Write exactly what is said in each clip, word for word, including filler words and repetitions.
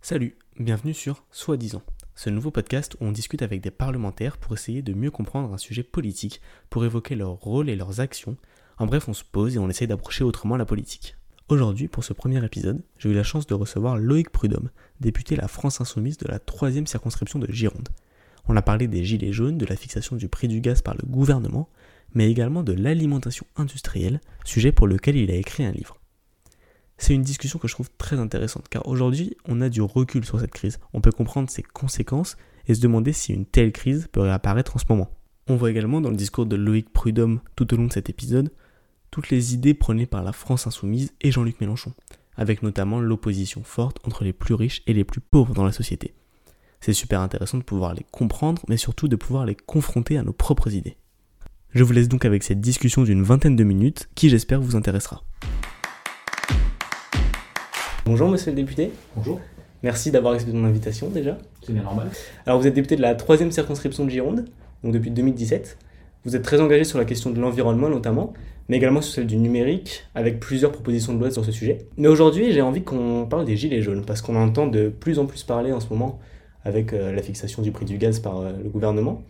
Salut, bienvenue sur Soi-disant, ce nouveau podcast où on discute avec des parlementaires pour essayer de mieux comprendre un sujet politique, pour évoquer leur rôle et leurs actions. En bref, on se pose et on essaye d'approcher autrement la politique. Aujourd'hui, pour ce premier épisode, j'ai eu la chance de recevoir Loïc Prudhomme, député La France Insoumise de la troisième circonscription de Gironde. On a parlé des gilets jaunes, de la fixation du prix du gaz par le gouvernement, mais également de l'alimentation industrielle, sujet pour lequel il a écrit un livre. C'est une discussion que je trouve très intéressante, car aujourd'hui, on a du recul sur cette crise. On peut comprendre ses conséquences et se demander si une telle crise peut réapparaître en ce moment. On voit également dans le discours de Loïc Prudhomme tout au long de cet épisode, toutes les idées prônées par la France Insoumise et Jean-Luc Mélenchon, avec notamment l'opposition forte entre les plus riches et les plus pauvres dans la société. C'est super intéressant de pouvoir les comprendre, mais surtout de pouvoir les confronter à nos propres idées. Je vous laisse donc avec cette discussion d'une vingtaine de minutes, qui j'espère vous intéressera. Bonjour monsieur le député. Bonjour. Merci d'avoir accepté mon invitation déjà. C'est bien normal. Alors vous êtes député de la troisième circonscription de Gironde, donc depuis deux mille dix-sept. Vous êtes très engagé sur la question de l'environnement notamment, mais également sur celle du numérique, avec plusieurs propositions de loi sur ce sujet. Mais aujourd'hui, j'ai envie qu'on parle des gilets jaunes, parce qu'on entend de plus en plus parler en ce moment avec euh, la fixation du prix du gaz par euh, le gouvernement.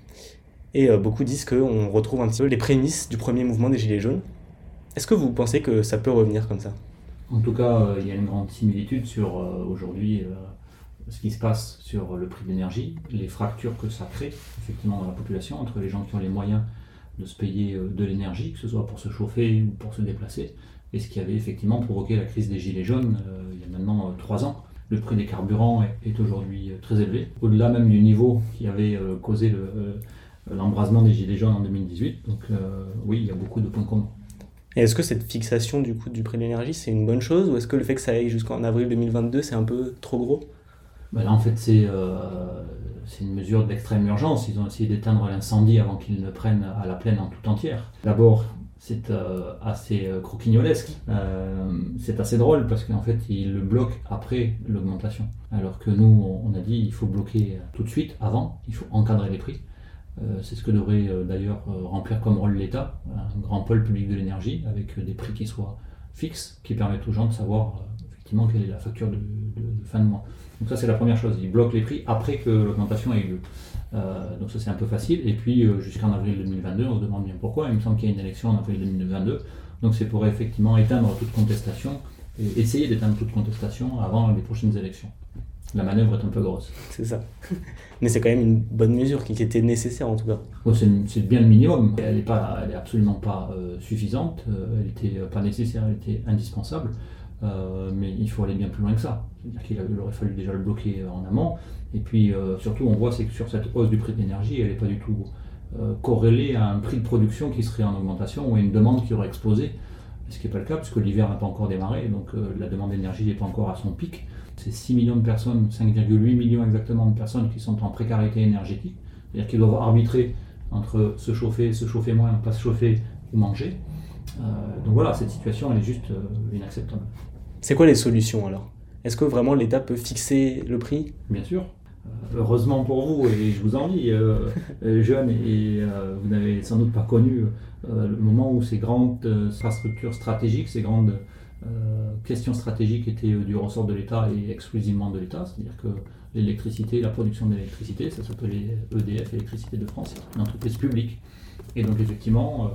Et euh, beaucoup disent qu'on retrouve un petit peu les prémices du premier mouvement des gilets jaunes. Est-ce que vous pensez que ça peut revenir comme ça ? En tout cas, euh, il y a une grande similitude sur euh, aujourd'hui euh, ce qui se passe sur le prix de l'énergie, les fractures que ça crée effectivement dans la population entre les gens qui ont les moyens de se payer euh, de l'énergie, que ce soit pour se chauffer ou pour se déplacer, et ce qui avait effectivement provoqué la crise des gilets jaunes euh, il y a maintenant euh, trois ans. Le prix des carburants est, est aujourd'hui euh, très élevé, au-delà même du niveau qui avait euh, causé le, euh, l'embrasement des gilets jaunes en deux mille dix-huit. Donc euh, oui, il y a beaucoup de points communs. Et est-ce que cette fixation du coût du prix de l'énergie, c'est une bonne chose, ou est-ce que le fait que ça aille jusqu'en avril deux mille vingt-deux, c'est un peu trop gros ? Ben là, en fait, c'est, euh, c'est une mesure d'extrême urgence. Ils ont essayé d'éteindre l'incendie avant qu'ils ne prennent à la plaine en tout entière. D'abord, c'est euh, assez euh, croquignolesque. Euh, c'est assez drôle parce qu'en fait, ils le bloquent après l'augmentation. Alors que nous, on a dit il faut bloquer tout de suite, avant, il faut encadrer les prix. Euh, c'est ce que devrait euh, d'ailleurs euh, remplir comme rôle l'État, un grand pôle public de l'énergie avec euh, des prix qui soient fixes, qui permettent aux gens de savoir euh, effectivement quelle est la facture de, de, de fin de mois. Donc ça c'est la première chose, ils bloquent les prix après que l'augmentation ait eu lieu. Euh, donc ça c'est un peu facile, et puis euh, jusqu'en avril deux mille vingt-deux, on se demande bien pourquoi, il me semble qu'il y a une élection en avril deux mille vingt-deux, donc c'est pour effectivement éteindre toute contestation, et essayer d'éteindre toute contestation avant les prochaines élections. La manœuvre est un peu grosse. C'est ça. Mais c'est quand même une bonne mesure qui était nécessaire en tout cas. Bon, c'est, c'est bien le minimum. Elle n'est pas, elle est absolument pas euh, suffisante. Euh, elle n'était pas nécessaire, elle était indispensable. Euh, mais il faut aller bien plus loin que ça. C'est-à-dire qu'il a, il aurait fallu déjà le bloquer en amont. Et puis euh, surtout, on voit c'est que sur cette hausse du prix de l'énergie, elle n'est pas du tout euh, corrélée à un prix de production qui serait en augmentation ou à une demande qui aurait explosé. Ce qui n'est pas le cas, puisque l'hiver n'a pas encore démarré, donc euh, la demande d'énergie n'est pas encore à son pic. C'est six millions de personnes, cinq virgule huit millions exactement de personnes qui sont en précarité énergétique, c'est-à-dire qu'ils doivent arbitrer entre se chauffer, se chauffer moins, pas se chauffer ou manger. Euh, donc voilà, cette situation elle est juste euh, inacceptable. C'est quoi les solutions alors ? Est-ce que vraiment l'État peut fixer le prix ? Bien sûr. Euh, heureusement pour vous, et je vous envie, euh, jeunes, et euh, vous n'avez sans doute pas connu euh, le moment où ces grandes euh, infrastructures stratégiques, ces grandes Euh, questions stratégiques étaient euh, du ressort de l'État et exclusivement de l'État, c'est-à-dire que l'électricité, la production d'électricité, ça s'appelait E D F, Électricité de France, une entreprise publique. Et donc effectivement, euh,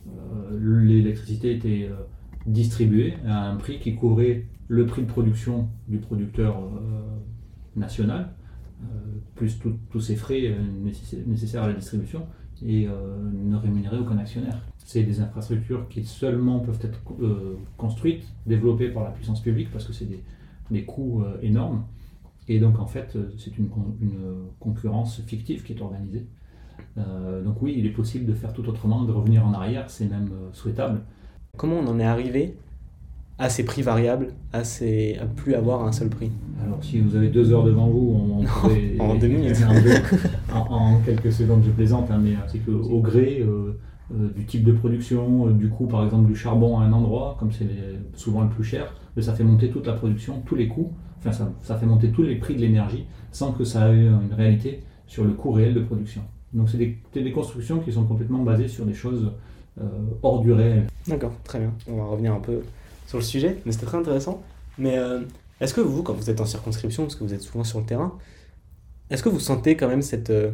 euh, l'électricité était euh, distribuée à un prix qui couvrait le prix de production du producteur euh, national, euh, plus tous ces frais euh, nécessaires, nécessaires à la distribution, et euh, ne rémunérait aucun actionnaire. C'est des infrastructures qui seulement peuvent être euh, construites, développées par la puissance publique, parce que c'est des, des coûts euh, énormes. Et donc en fait, c'est une, une concurrence fictive qui est organisée. Euh, donc oui, il est possible de faire tout autrement, de revenir en arrière, c'est même euh, souhaitable. Comment on en est arrivé à ces prix variables, à, ces, à plus avoir un seul prix ? Alors si vous avez deux heures devant vous, on, on pourrait... en deux minutes. en, en quelques secondes, je plaisante, hein, mais c'est qu'au gré... Euh, Euh, du type de production, euh, du coût par exemple du charbon à un endroit, comme c'est les, souvent le plus cher, mais ça fait monter toute la production, tous les coûts, enfin ça, ça fait monter tous les prix de l'énergie sans que ça ait une réalité sur le coût réel de production. Donc c'est des, c'est des constructions qui sont complètement basées sur des choses euh, hors du réel. D'accord, très bien. On va revenir un peu sur le sujet, mais c'était très intéressant. Mais euh, Est-ce que vous, quand vous êtes en circonscription, parce que vous êtes souvent sur le terrain, est-ce que vous sentez quand même cette, euh,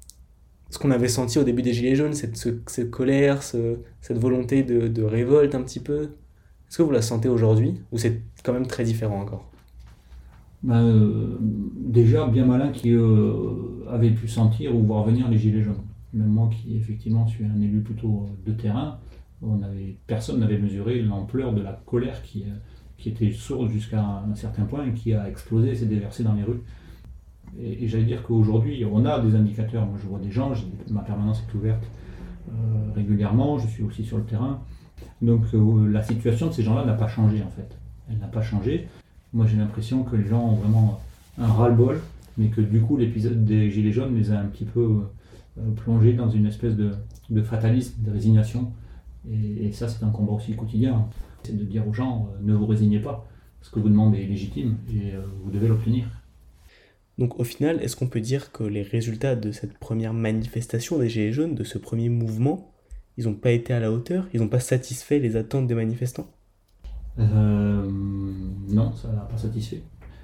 ce qu'on avait senti au début des Gilets jaunes, cette, ce- cette colère, ce- cette volonté de, de révolte un petit peu? Est-ce que vous la sentez aujourd'hui ou c'est quand même très différent encore? Ben, euh, déjà, bien malin qui euh, avait pu sentir ou voir venir les Gilets jaunes. Même moi qui, effectivement, suis un élu plutôt de terrain, on avait, personne n'avait mesuré l'ampleur de la colère qui, euh, qui était sourde jusqu'à un certain point et qui a explosé et s'est déversée dans les rues. Et, et j'allais dire qu'aujourd'hui, on a des indicateurs. Moi, je vois des gens, j'ai- ma permanence est ouverte euh, régulièrement, je suis aussi sur le terrain. Donc, euh, la situation de ces gens-là n'a pas changé, en fait. Elle n'a pas changé. Moi, j'ai l'impression que les gens ont vraiment un ras-le-bol, mais que du coup, l'épisode des Gilets jaunes les a un petit peu euh, plongés dans une espèce de, de fatalisme, de résignation. Et, et ça, c'est un combat aussi quotidien. C'est de dire aux gens, euh, ne vous résignez pas. Ce que vous demandez est légitime et euh, vous devez l'obtenir. Donc au final, est-ce qu'on peut dire que les résultats de cette première manifestation des Gilets jaunes, de ce premier mouvement, ils n'ont pas été à la hauteur, ils n'ont pas satisfait les attentes des manifestants? Euh, non, ça n'a pas satisfait.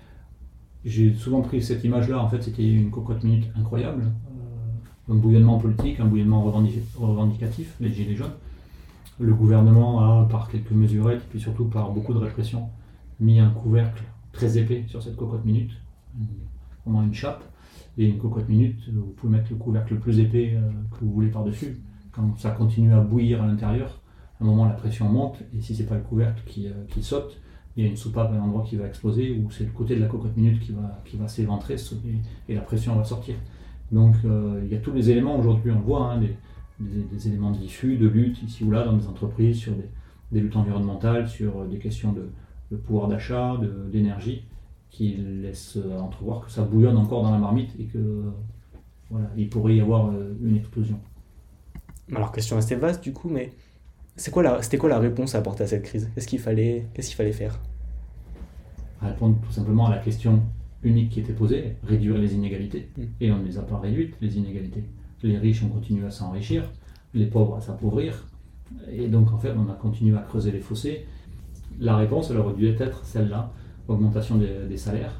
J'ai souvent pris cette image-là, en fait, c'était une cocotte minute incroyable. Euh, un bouillonnement politique, un bouillonnement revendic- revendicatif, les Gilets jaunes. Le gouvernement a, par quelques mesurettes, puis surtout par beaucoup de répression, mis un couvercle très épais sur cette cocotte minute, vraiment une chape, et une cocotte minute, vous pouvez mettre le couvercle le plus épais euh, que vous voulez par-dessus. Quand ça continue à bouillir à l'intérieur, à un moment la pression monte, et si c'est pas le couvercle qui, euh, qui saute, il y a une soupape à un endroit qui va exploser, ou c'est le côté de la cocotte minute qui va, qui va s'éventrer, et, et la pression va sortir. Donc euh, il y a tous les éléments aujourd'hui, on le voit, hein, des, des, des éléments diffus de lutte ici ou là dans des entreprises, sur des, des luttes environnementales, sur des questions de, de pouvoir d'achat, de, d'énergie, qui laissent entrevoir que ça bouillonne encore dans la marmite et que voilà, il pourrait y avoir une explosion. Alors question assez vaste du coup, mais c'est quoi la, c'était quoi la réponse à apporter à cette crise? Qu'est-ce qu'il fallait, qu'est-ce qu'il fallait faire? À répondre tout simplement à la question unique qui était posée, réduire les inégalités. Mm. Et on ne les a pas réduites, les inégalités. Les riches ont continué à s'enrichir, les pauvres à s'appauvrir, et donc en fait on a continué à creuser les fossés. La réponse, elle aurait dû être celle-là, augmentation des, des salaires.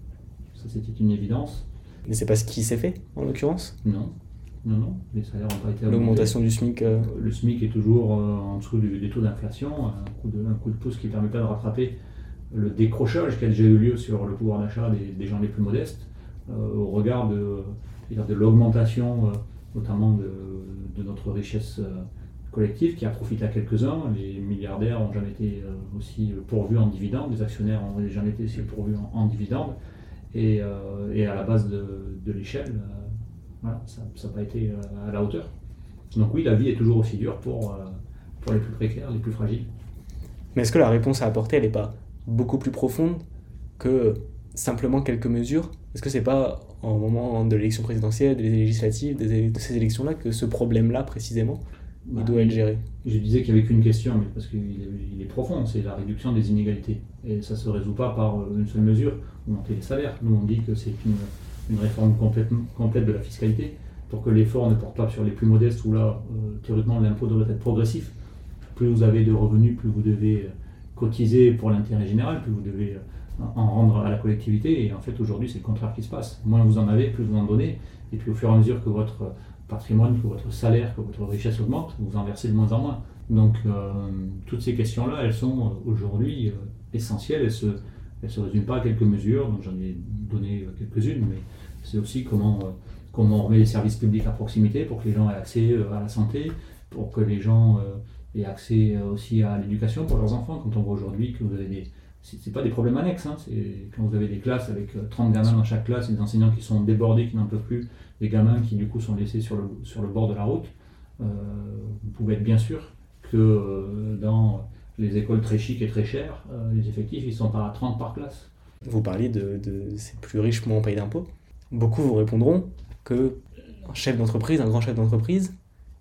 Ça, c'était une évidence. Mais c'est pas ce qui s'est fait en l'occurrence? Non, non, non, les salaires n'ont pas été augmentés. L'augmentation du SMIC euh, Le SMIC est toujours euh, en dessous du- des taux d'inflation, un coup de, un coup de pouce qui ne permet pas de rattraper le décrochage qui a déjà eu lieu sur le pouvoir d'achat des, des gens les plus modestes, euh, au regard de, de l'augmentation, euh, notamment de, de notre richesse euh, collective qui a profité à quelques-uns. Les milliardaires n'ont jamais été euh, aussi pourvus en dividendes, les actionnaires n'ont jamais été aussi pourvus en, en dividendes, et, euh, et à la base de, de l'échelle, euh, voilà, ça n'a pas été euh, à la hauteur. Donc oui, la vie est toujours aussi dure pour, euh, pour les plus précaires, les plus fragiles. Mais est-ce que la réponse à apporter, elle n'est pas beaucoup plus profonde que simplement quelques mesures? Est-ce que c'est pas au moment de l'élection présidentielle, des législatives, des- de ces élections-là, que ce problème-là précisément, il Bah, doit être géré? Je disais qu'il n'y avait qu'une question, mais parce qu'il est, il est profond, c'est la réduction des inégalités. Et ça ne se résout pas par une seule mesure, augmenter les salaires. Nous, on dit que c'est une, une réforme complète, complète de la fiscalité, pour que l'effort ne porte pas sur les plus modestes, où là, euh, théoriquement, l'impôt devrait être progressif. Plus vous avez de revenus, plus vous devez euh, cotiser pour l'intérêt général, plus vous devez euh, en rendre à la collectivité. Et en fait, aujourd'hui, c'est le contraire qui se passe. Moins vous en avez, plus vous en donnez. Et puis, au fur et à mesure que votre patrimoine, que votre salaire, que votre richesse augmente, vous en versez de moins en moins. Donc, euh, toutes ces questions-là, elles sont euh, aujourd'hui euh, essentielles. Elles ne se, elles se résument pas à quelques mesures, donc j'en ai donné euh, quelques-unes, mais c'est aussi comment, euh, comment on remet les services publics à proximité pour que les gens aient accès euh, à la santé, pour que les gens euh, aient accès euh, aussi à l'éducation pour leurs enfants. Quand on voit aujourd'hui que vous avez des... C'est pas des problèmes annexes, hein, c'est quand vous avez des classes avec trente gamins dans chaque classe et des enseignants qui sont débordés, qui n'en peuvent plus, des gamins qui du coup sont laissés sur le, sur le bord de la route, euh, vous pouvez être bien sûr que euh, dans les écoles très chics et très chères, euh, les effectifs ils sont pas à trente par classe. Vous parliez de, de ces plus riches moins payent d'impôts. Beaucoup vous répondront que un chef d'entreprise, un grand chef d'entreprise,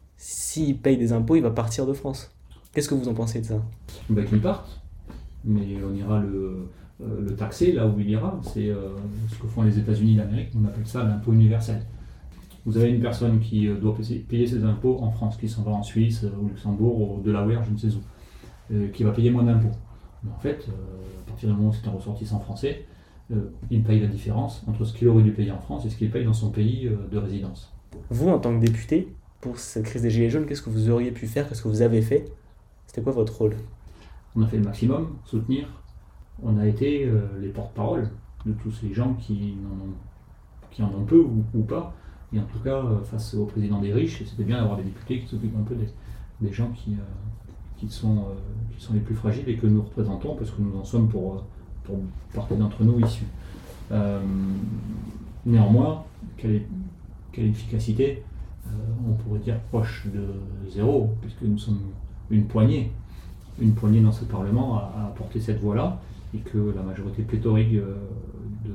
s'il paye des impôts, il va partir de France. Qu'est-ce que vous en pensez de ça? Ben, qu'ils partent, mais on ira le, euh, le taxer là où il ira. C'est euh, ce que font les États-Unis d'Amérique, on appelle ça l'impôt universel. Vous avez une personne qui euh, doit payer ses impôts en France, qui s'en va en Suisse, euh, au Luxembourg, au Delaware, je ne sais où, euh, qui va payer moins d'impôts. Mais en fait, euh, à partir du moment où c'est un ressortissant français, euh, il paye la différence entre ce qu'il aurait dû payer en France et ce qu'il paye dans son pays euh, de résidence. Vous, en tant que député, pour cette crise des Gilets jaunes, qu'est-ce que vous auriez pu faire? Qu'est-ce que vous avez fait? C'était quoi votre rôle? On a fait le maximum, soutenir. On a été euh, les porte-parole de tous ces gens qui en ont, qui en ont peu ou, ou pas. Et en tout cas, euh, face au président des riches, c'était bien d'avoir des députés qui s'occupent un peu des, des gens qui, euh, qui, sont, euh, qui sont les plus fragiles et que nous représentons, parce que nous en sommes pour, pour partie d'entre nous issus. Euh, néanmoins, quelle, est, quelle efficacité euh, on pourrait dire proche de zéro, puisque nous sommes une poignée, une poignée dans ce Parlement à, à porter cette voie-là, et que la majorité pléthorique euh, de,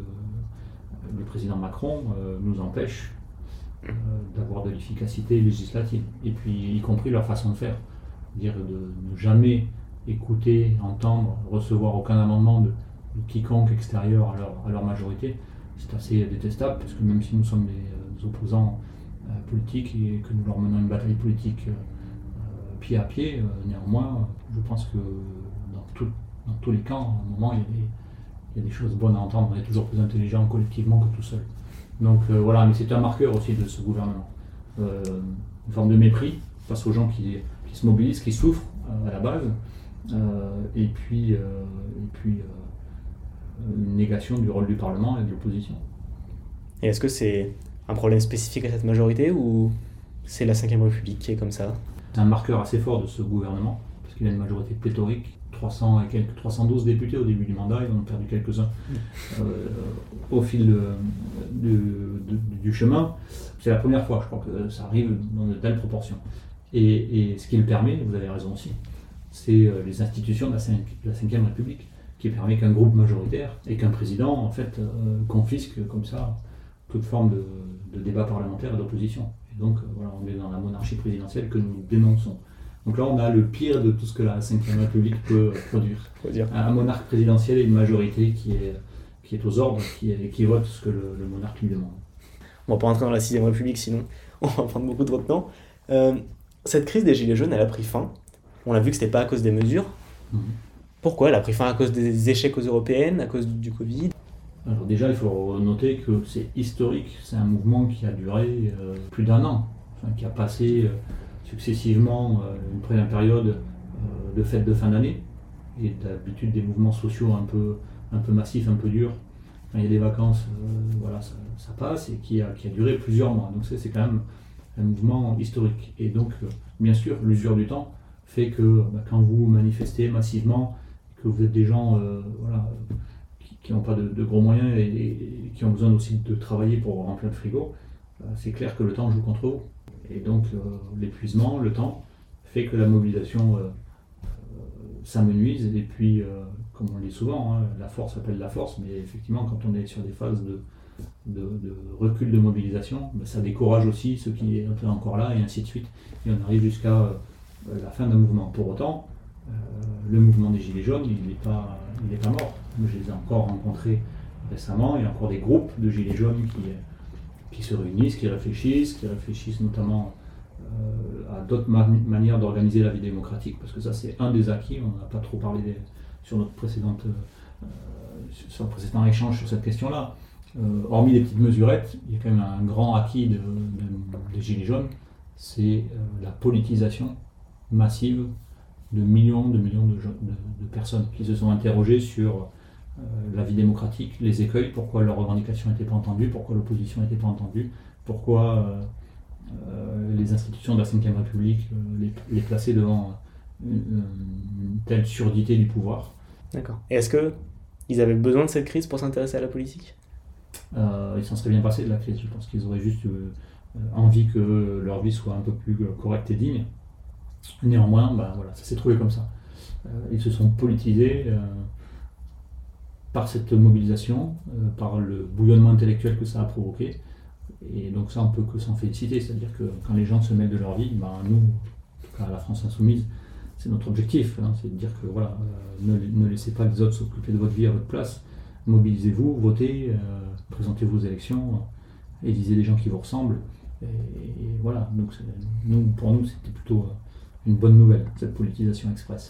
du président Macron euh, nous empêche euh, d'avoir de l'efficacité législative, et puis y compris leur façon de faire, dire de ne jamais écouter, entendre, recevoir aucun amendement de, de quiconque extérieur à leur, à leur majorité, c'est assez détestable, puisque même si nous sommes des, des opposants euh, politiques et que nous leur menons une bataille politique euh, pied à pied, euh, néanmoins, je pense que dans, tout, dans tous les camps, à un moment, il y, a des, il y a des choses bonnes à entendre. On est toujours plus intelligent collectivement que tout seul. Donc euh, voilà, mais c'est un marqueur aussi de ce gouvernement. Euh, une forme de mépris face aux gens qui, qui se mobilisent, qui souffrent euh, à la base, euh, et puis, euh, et puis euh, une négation du rôle du Parlement et de l'opposition. Et est-ce que c'est un problème spécifique à cette majorité ou c'est la cinquième République qui est comme ça? C'est un marqueur assez fort de ce gouvernement, parce qu'il a une majorité pléthorique, trois cents et quelques, trois cent douze députés au début du mandat, ils en ont perdu quelques-uns euh, au fil de, de, de, du chemin. C'est la première fois, je crois, que ça arrive dans de telles proportions. Et, et ce qui le permet, vous avez raison aussi, c'est les institutions de la, cinq, de la cinquième République, qui permet qu'un groupe majoritaire et qu'un président, en fait, euh, confisque comme ça toute forme de, de débat parlementaire et d'opposition. Et donc, voilà, on est dans la monarchie présidentielle que nous dénonçons. Donc là, on a le pire de tout ce que la cinquième République peut produire. Dire. Un monarque présidentiel et une majorité qui est, qui est aux ordres, qui, est, qui vote ce que le, le monarque lui demande. On va pas rentrer dans la sixième République, sinon on va prendre beaucoup de votre temps. Euh, cette crise des Gilets jaunes, elle a pris fin. On a vu que c'était pas à cause des mesures. Mmh. Pourquoi? Elle a pris fin à cause des échecs aux européennes, à cause du Covid? Alors déjà, il faut noter que c'est historique. C'est un mouvement qui a duré euh, plus d'un an, enfin, qui a passé... Euh, successivement euh, une première période euh, de fête de fin d'année et d'habitude des mouvements sociaux un peu, un peu massifs, un peu durs. Quand il y a des vacances, euh, voilà, ça, ça passe et qui a, qui a duré plusieurs mois. Donc c'est, c'est quand même un mouvement historique. Et donc, euh, bien sûr, l'usure du temps fait que bah, quand vous manifestez massivement, que vous êtes des gens euh, voilà, qui n'ont pas de, de gros moyens et, et qui ont besoin aussi de travailler pour remplir le frigo, euh, c'est clair que le temps joue contre vous. Et donc euh, l'épuisement, le temps, fait que la mobilisation euh, euh, s'amenuise. Et puis, euh, comme on le dit souvent, hein, la force appelle la force, mais effectivement, quand on est sur des phases de, de, de recul de mobilisation, ben, ça décourage aussi ceux qui étaient encore là, et ainsi de suite. Et on arrive jusqu'à euh, la fin d'un mouvement. Pour autant, euh, le mouvement des Gilets jaunes, il n'est pas, il n'est pas mort. Moi, je les ai encore rencontrés récemment. Il y a encore des groupes de Gilets jaunes qui... qui se réunissent, qui réfléchissent, qui réfléchissent notamment euh, à d'autres ma- manières d'organiser la vie démocratique, parce que ça c'est un des acquis, on n'a pas trop parlé des, sur notre précédente, euh, sur le précédent échange sur cette question-là. Euh, hormis les petites mesurettes, il y a quand même un grand acquis de, de, des Gilets jaunes, c'est euh, la politisation massive de millions de millions de, de, de personnes qui se sont interrogées sur Euh, la vie démocratique, les écueils, pourquoi leurs revendications n'étaient pas entendues, pourquoi l'opposition n'était pas entendue, pourquoi euh, euh, les institutions de la cinquième République euh, les, les plaçaient devant une, une telle surdité du pouvoir. D'accord. Et est-ce qu'ils avaient besoin de cette crise pour s'intéresser à la politique? euh, Ils s'en seraient bien passés de la crise, je pense qu'ils auraient juste euh, envie que leur vie soit un peu plus correcte et digne. Néanmoins, ben, voilà, ça s'est trouvé comme ça. Euh, ils se sont politisés euh, par cette mobilisation, euh, par le bouillonnement intellectuel que ça a provoqué. Et donc ça, on peut que s'en féliciter. C'est-à-dire que quand les gens se mettent de leur vie, ben, nous, en tout cas la France Insoumise, c'est notre objectif. Hein, c'est de dire que voilà, euh, ne, ne laissez pas les autres s'occuper de votre vie à votre place. Mobilisez-vous, votez, euh, présentez vos élections, euh, élisez des gens qui vous ressemblent. Et, et voilà, donc nous, pour nous, c'était plutôt une bonne nouvelle, cette politisation express.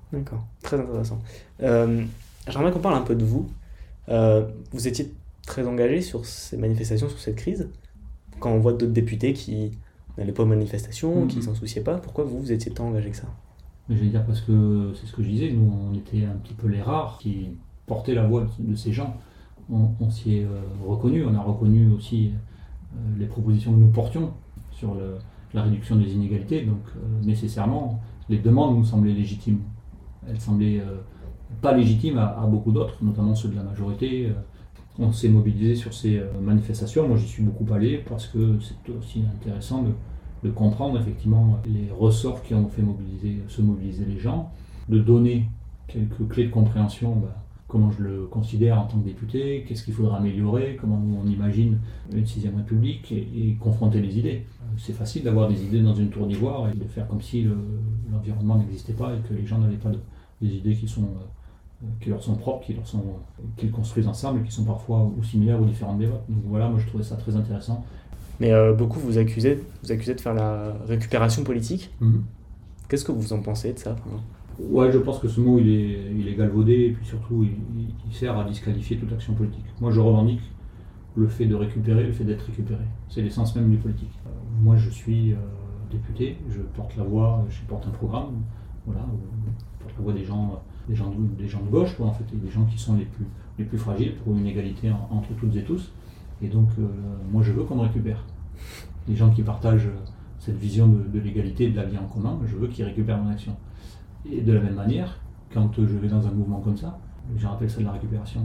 D'accord, très intéressant. Euh, J'aimerais qu'on parle un peu de vous. Euh, vous étiez très engagé sur ces manifestations, sur cette crise. Quand on voit d'autres députés qui n'allaient pas aux manifestations, qui Mm-hmm. s'en souciaient pas, pourquoi vous, vous étiez tant engagé que ça? Mais je vais dire parce que c'est ce que je disais, nous on était un petit peu les rares qui portaient la voix de ces gens. On, on s'y est euh, reconnu, on a reconnu aussi euh, les propositions que nous portions sur le, la réduction des inégalités, donc euh, nécessairement les demandes nous semblaient légitimes. Elles semblaient euh, pas légitimes à, à beaucoup d'autres, notamment ceux de la majorité. Euh, on s'est mobilisé sur ces euh, manifestations, moi j'y suis beaucoup allé parce que c'est aussi intéressant de de comprendre effectivement les ressorts qui ont fait mobiliser, se mobiliser les gens, de donner quelques clés de compréhension, bah, comment je le considère en tant que député, qu'est-ce qu'il faudra améliorer, comment nous on imagine une sixième république, et, et confronter les idées. C'est facile d'avoir des idées dans une tour d'ivoire et de faire comme si le, l'environnement n'existait pas et que les gens n'avaient pas de, des idées qui, sont, euh, qui leur sont propres, qui leur sont, qu'ils construisent ensemble et qui sont parfois ou similaires ou différentes des vôtres. Donc voilà, moi je trouvais ça très intéressant. Mais euh, beaucoup vous accusaient, vous accusaient de faire la récupération politique. Mm-hmm. Qu'est-ce que vous en pensez de ça? Ouais, je pense que ce mot il est, il est galvaudé et puis surtout il, il sert à disqualifier toute action politique. Moi je revendique le fait de récupérer, le fait d'être récupéré. C'est l'essence même du politique. Euh, moi je suis euh, député, je porte la voix, je porte un programme, voilà, je porte la voix des gens, des gens, de, des gens de gauche, quoi, en fait, et des gens qui sont les plus, les plus fragiles pour une égalité en, entre toutes et tous. Et donc euh, moi je veux qu'on me récupère. Les gens qui partagent cette vision de, de l'égalité et de la vie en commun, je veux qu'ils récupèrent mon action. Et de la même manière, quand je vais dans un mouvement comme ça, je rappelle ça de la récupération.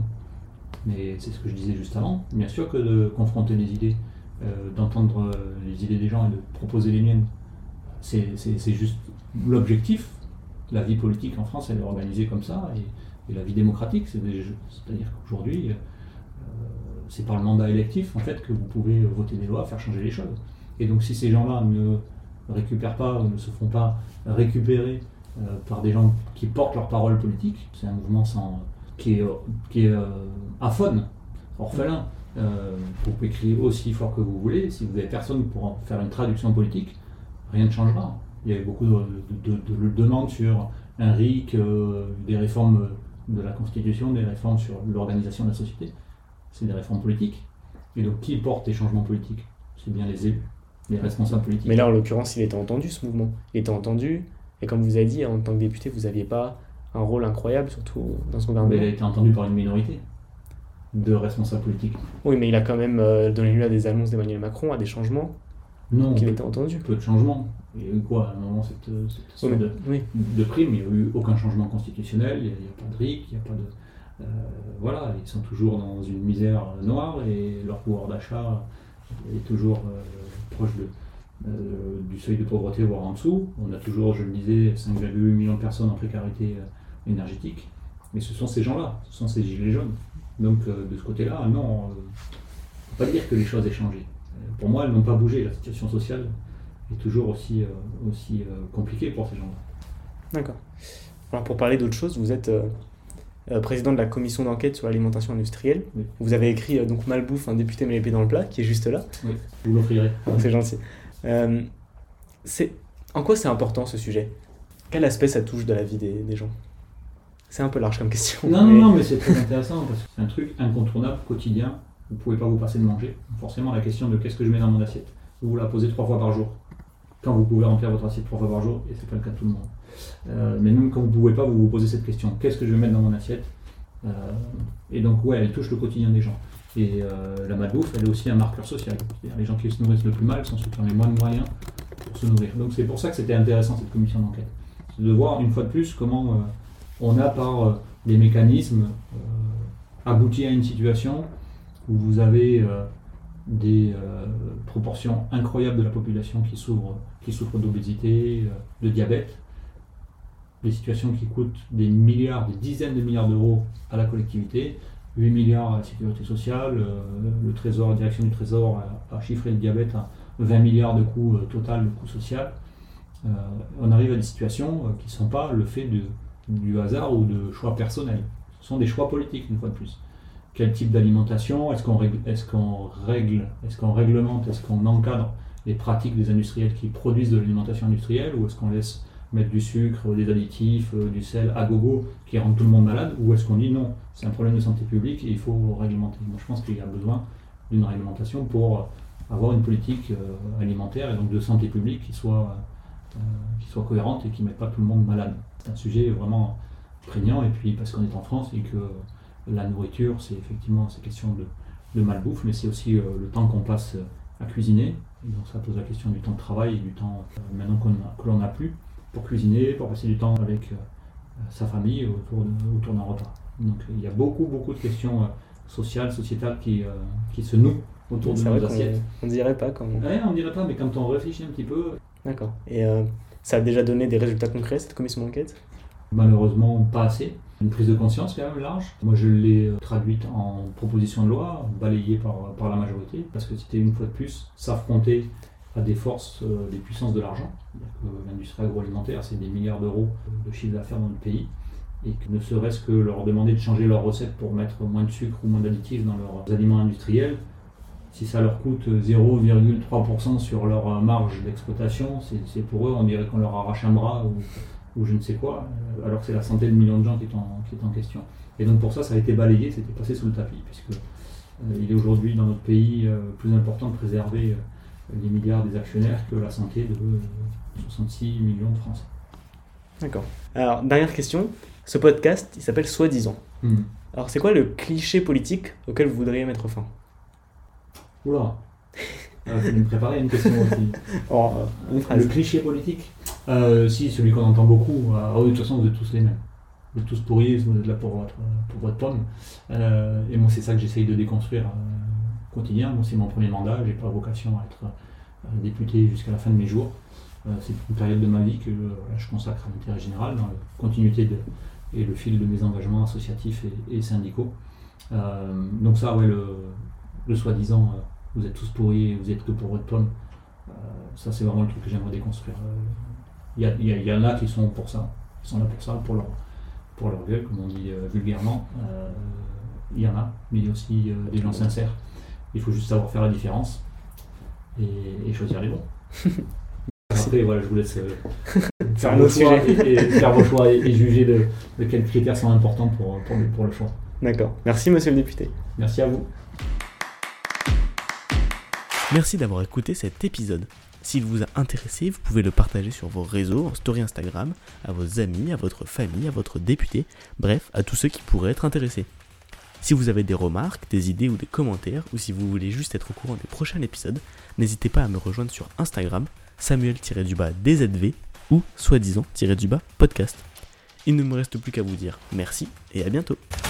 Mais c'est ce que je disais juste avant. Bien sûr que de confronter les idées, euh, d'entendre les idées des gens et de proposer les miennes, c'est, c'est, c'est juste l'objectif. La vie politique en France, elle est organisée comme ça, et, et la vie démocratique, c'est des, c'est-à-dire qu'aujourd'hui, euh, c'est par le mandat électif en fait que vous pouvez voter des lois, faire changer les choses. Et donc si ces gens-là ne récupèrent pas, ne se font pas récupérer euh, par des gens qui portent leur parole politique, c'est un mouvement sans, qui est, qui est euh, aphone, orphelin. Euh, vous pouvez crier aussi fort que vous voulez, si vous n'avez personne pour faire une traduction politique, rien ne changera. Il y a eu beaucoup de, de, de, de demandes sur un R I C, euh, des réformes de la Constitution, des réformes sur l'organisation de la société. C'est des réformes politiques. Et donc, qui porte les changements politiques? C'est bien les élus, les responsables politiques. Mais là, en l'occurrence, il était entendu, ce mouvement. Il était entendu, et comme vous avez dit, en tant que député, vous n'aviez pas un rôle incroyable, surtout dans ce gouvernement. Mais il a été entendu par une minorité de responsables politiques. Oui, mais il a quand même euh, donné lieu à des annonces d'Emmanuel Macron, à des changements. Non, qui était entendu. Peu de changements. Il y a eu quoi, à un moment, cette, cette sorte oui, de, oui. de prime, il n'y a eu aucun changement constitutionnel, il n'y a, a pas de R I C, il n'y a pas de... Euh, voilà, ils sont toujours dans une misère noire et leur pouvoir d'achat est toujours euh, proche de, euh, du seuil de pauvreté, voire en dessous. On a toujours, je le disais, cinq virgule huit millions de personnes en précarité euh, énergétique. Mais ce sont ces gens-là, ce sont ces gilets jaunes. Donc euh, de ce côté-là, non, on ne peut pas dire que les choses aient changé. Euh, pour moi, elles n'ont pas bougé. La situation sociale est toujours aussi, euh, aussi euh, compliquée pour ces gens-là. D'accord. Alors pour parler d'autre chose, vous êtes... Euh... Euh, président de la commission d'enquête sur l'alimentation industrielle. Oui. Vous avez écrit euh, donc Malbouffe, un député met les pieds dans le plat, qui est juste là. Oui, je vous l'offrirai. C'est gentil. Euh, c'est... En quoi c'est important ce sujet? Quel aspect ça touche de la vie des, des gens? C'est un peu large comme question. Non, mais... non, non, mais c'est très intéressant parce que c'est un truc incontournable, quotidien. Vous ne pouvez pas vous passer de manger. Forcément, la question de qu'est-ce que je mets dans mon assiette, vous vous la posez trois fois par jour. Quand vous pouvez remplir votre assiette trois fois par jour, et c'est pas le cas de tout le monde. Euh, mais même quand vous ne pouvez pas, vous vous posez cette question, qu'est-ce que je vais mettre dans mon assiette? euh, Et donc ouais, elle touche le quotidien des gens. Et euh, la malbouffe, elle est aussi un marqueur social. C'est-à-dire, les gens qui se nourrissent le plus mal sont ceux qui ont les moins de moyens pour se nourrir. Donc c'est pour ça que c'était intéressant cette commission d'enquête. C'est de voir une fois de plus comment euh, on a par euh, des mécanismes euh, abouti à une situation où vous avez euh, des euh, proportions incroyables de la population qui souffre, qui souffre d'obésité, euh, de diabète, des situations qui coûtent des milliards, des dizaines de milliards d'euros à la collectivité, huit milliards à la sécurité sociale, euh, le trésor, la direction du trésor a, a chiffré le diabète à vingt milliards de coûts euh, total, de coûts social. Euh, on arrive à des situations euh, qui ne sont pas le fait de, du hasard ou de choix personnels. Ce sont des choix politiques, une fois de plus. Quel type d'alimentation? Est-ce qu'on règle, est-ce qu'on règle, est-ce qu'on réglemente, est-ce qu'on encadre les pratiques des industriels qui produisent de l'alimentation industrielle, ou est-ce qu'on laisse mettre du sucre, des additifs, du sel à gogo qui rend tout le monde malade, ou est-ce qu'on dit non, c'est un problème de santé publique et il faut réglementer. Moi je pense qu'il y a besoin d'une réglementation pour avoir une politique euh, alimentaire et donc de santé publique qui soit, euh, qui soit cohérente et qui ne mette pas tout le monde malade. C'est un sujet vraiment prégnant, et puis parce qu'on est en France et que la nourriture, c'est effectivement ces questions de, de malbouffe, mais c'est aussi euh, le temps qu'on passe à cuisiner. Et donc ça pose la question du temps de travail et du temps euh, maintenant qu'on a, que l'on n'a plus pour cuisiner, pour passer du temps avec euh, sa famille autour, de, autour d'un repas. Donc il y a beaucoup, beaucoup de questions euh, sociales, sociétales qui, euh, qui se nouent autour de nos assiettes. On ne dirait pas quand même. Ouais, on ne dirait pas, mais quand on réfléchit un petit peu... D'accord. Et euh, ça a déjà donné des résultats concrets, cette commission d'enquête ? Malheureusement, pas assez. Une prise de conscience quand même large. Moi, je l'ai traduite en proposition de loi, balayée par, par la majorité, parce que c'était une fois de plus s'affronter à des forces, euh, des puissances de l'argent. L'industrie agroalimentaire, c'est des milliards d'euros de chiffre d'affaires dans le pays, et que ne serait-ce que leur demander de changer leurs recettes pour mettre moins de sucre ou moins d'additifs dans leurs aliments industriels, si ça leur coûte zéro virgule trois pour cent sur leur marge d'exploitation, c'est, c'est pour eux, on dirait qu'on leur arrache un bras ou, ou je ne sais quoi, alors que c'est la santé de millions de gens qui est en, qui est en question. Et donc pour ça, ça a été balayé, c'était passé sous le tapis, puisque euh, il est aujourd'hui dans notre pays euh, plus important de préserver euh, les milliards des actionnaires que la santé de euh, soixante-six millions de Français. D'accord. Alors, dernière question, ce podcast, il s'appelle Soi-disant. Mmh. Alors c'est quoi le cliché politique auquel vous voudriez mettre fin ? Oula, il faut me préparer une question aussi. Oh, une phrase. Le cliché politique, euh, si, celui qu'on entend beaucoup. Euh, de toute façon, vous êtes tous les mêmes. Vous êtes tous pourris, vous êtes là pour votre, pour votre pomme. Euh, et moi, c'est ça que j'essaye de déconstruire euh, quotidien. Moi, c'est mon premier mandat. Je n'ai pas vocation à être euh, député jusqu'à la fin de mes jours. Euh, c'est une période de ma vie que euh, je consacre à l'intérêt général, dans la continuité de, et le fil de mes engagements associatifs et, et syndicaux. Euh, donc ça, ouais, le, le soi-disant... Euh, vous êtes tous pourris, vous êtes que pour votre pomme. Euh, ça, c'est vraiment le truc que j'aimerais déconstruire. Il euh, y, y, y en a qui sont pour ça, qui sont là pour ça, pour leur, pour leur gueule, comme on dit euh, vulgairement. Il euh, y en a, mais il y a aussi euh, des gens sincères. Il faut juste savoir faire la différence et, et choisir les bons. Après, voilà, je vous laisse euh, faire, vos choix et, et, faire vos choix et, et juger de, de quels critères sont importants pour, pour, le, pour le choix. D'accord. Merci, monsieur le député. Merci à vous. Merci d'avoir écouté cet épisode. S'il vous a intéressé, vous pouvez le partager sur vos réseaux, en story Instagram, à vos amis, à votre famille, à votre député, bref, à tous ceux qui pourraient être intéressés. Si vous avez des remarques, des idées ou des commentaires, ou si vous voulez juste être au courant des prochains épisodes, n'hésitez pas à me rejoindre sur Instagram, Samuel-D Z V ou soi-disant-podcast. Il ne me reste plus qu'à vous dire merci et à bientôt.